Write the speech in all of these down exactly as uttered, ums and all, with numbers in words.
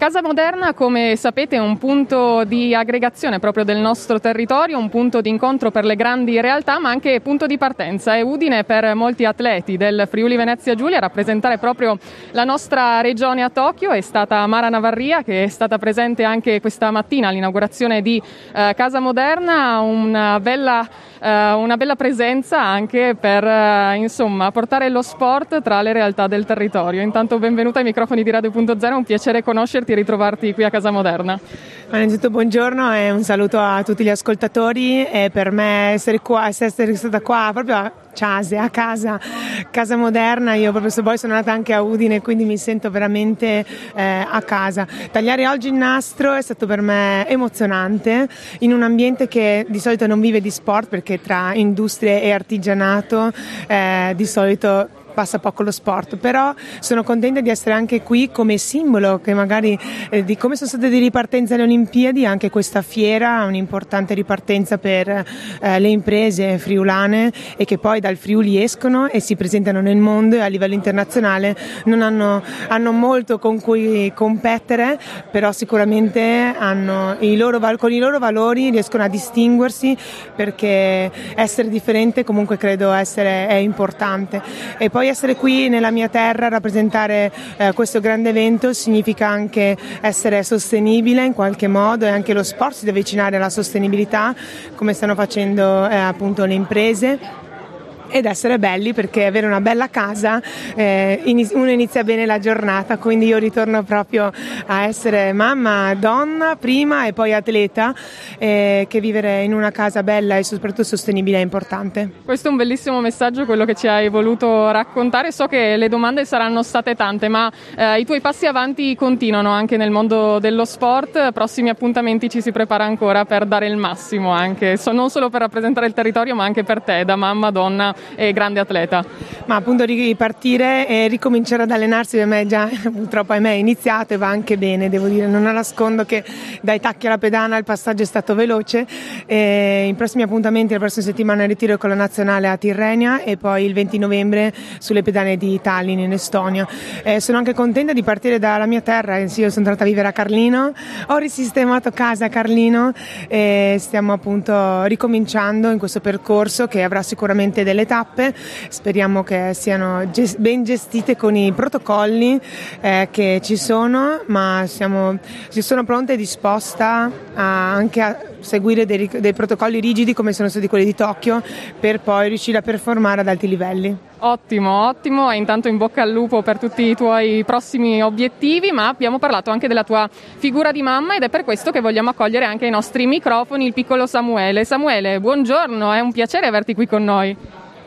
Casa Moderna, come sapete, è un punto di aggregazione proprio del nostro territorio, un punto di incontro per le grandi realtà, ma anche punto di partenza. È Udine per molti atleti del Friuli Venezia Giulia. A rappresentare proprio la nostra regione a Tokyo è stata Mara Navarria, che è stata presente anche questa mattina all'inaugurazione di eh, Casa Moderna, una bella, eh, una bella presenza anche per eh, insomma portare lo sport tra le realtà del territorio. Intanto benvenuta ai microfoni di Radio Punto Zero, è un piacere conoscerti e ritrovarti qui a Casa Moderna. Innanzitutto buongiorno e un saluto a tutti gli ascoltatori, e per me essere qua, essere stata qua proprio a Ciase, a casa, Casa Moderna, io proprio se poi sono nata anche a Udine, quindi mi sento veramente eh, a casa. Tagliare oggi il nastro è stato per me emozionante, in un ambiente che di solito non vive di sport, perché tra industrie e artigianato eh, di solito passa poco lo sport, però sono contenta di essere anche qui come simbolo che magari eh, di come sono state di ripartenza alle Olimpiadi. Anche questa fiera è un'importante ripartenza per eh, le imprese friulane, e che poi dal Friuli escono e si presentano nel mondo e a livello internazionale non hanno, hanno molto con cui competere, però sicuramente hanno i loro, con i loro valori riescono a distinguersi, perché essere differente comunque credo essere è importante. E poi essere qui nella mia terra a rappresentare eh, questo grande evento significa anche essere sostenibile in qualche modo, e anche lo sport si deve avvicinare alla sostenibilità, come stanno facendo eh, appunto le imprese, ed essere belli, perché avere una bella casa eh, uno inizia bene la giornata. Quindi io ritorno proprio a essere mamma, donna prima e poi atleta, eh, che vivere in una casa bella e soprattutto sostenibile è importante. Questo è un bellissimo messaggio, quello che ci hai voluto raccontare. So che le domande saranno state tante, ma eh, i tuoi passi avanti continuano anche nel mondo dello sport. Prossimi appuntamenti ci si prepara ancora per dare il massimo, anche so, non solo per rappresentare il territorio, ma anche per te da mamma, donna e grande atleta. Ma appunto ripartire e ricominciare ad allenarsi per me già purtroppo ahimè è iniziato e va anche bene, devo dire, non nascondo che dai tacchi alla pedana il passaggio è stato veloce. E i prossimi appuntamenti la prossima settimana in ritiro con la nazionale a Tirrenia, e poi il venti novembre sulle pedane di Tallinn in Estonia. Eh, sono anche contenta di partire dalla mia terra. Sì, io sono andata a vivere a Carlino, ho risistemato casa a Carlino e stiamo appunto ricominciando in questo percorso che avrà sicuramente delle tappe. Speriamo che siano gest- ben gestite con i protocolli eh, che ci sono, ma siamo, ci sono pronta e disposta a, anche a seguire dei, dei protocolli rigidi come sono stati quelli di Tokyo, per poi riuscire a performare ad alti livelli. Ottimo, ottimo, e intanto in bocca al lupo per tutti i tuoi prossimi obiettivi. Ma abbiamo parlato anche della tua figura di mamma, ed è per questo che vogliamo accogliere anche ai nostri microfoni il piccolo Samuele. Samuele, buongiorno, è un piacere averti qui con noi.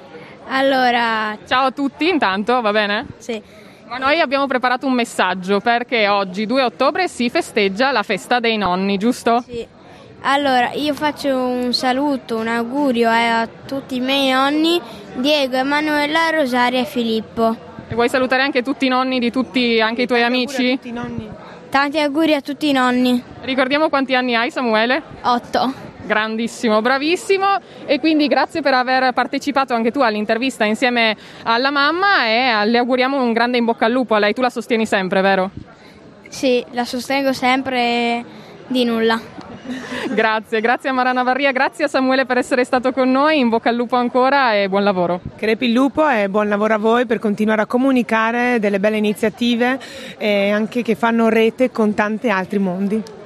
Allora, ciao a tutti intanto, va bene? Sì. Ma noi abbiamo preparato un messaggio, perché oggi due ottobre si festeggia la festa dei nonni, giusto? Sì. Allora, io faccio un saluto, un augurio a tutti i miei nonni, Diego, Emanuela, Rosaria e Filippo. E vuoi salutare anche tutti i nonni di tutti, anche i tuoi amici? Tutti i nonni. Tanti auguri a tutti i nonni. Ricordiamo quanti anni hai, Samuele? Otto. Grandissimo, bravissimo, e quindi grazie per aver partecipato anche tu all'intervista insieme alla mamma, e le auguriamo un grande in bocca al lupo a lei. Tu la sostieni sempre, vero? Sì, la sostengo sempre di nulla. Grazie, grazie a Mara Navarria, grazie a Samuele per essere stato con noi, in bocca al lupo ancora e buon lavoro. Crepi il lupo e buon lavoro a voi per continuare a comunicare delle belle iniziative e anche che fanno rete con tanti altri mondi.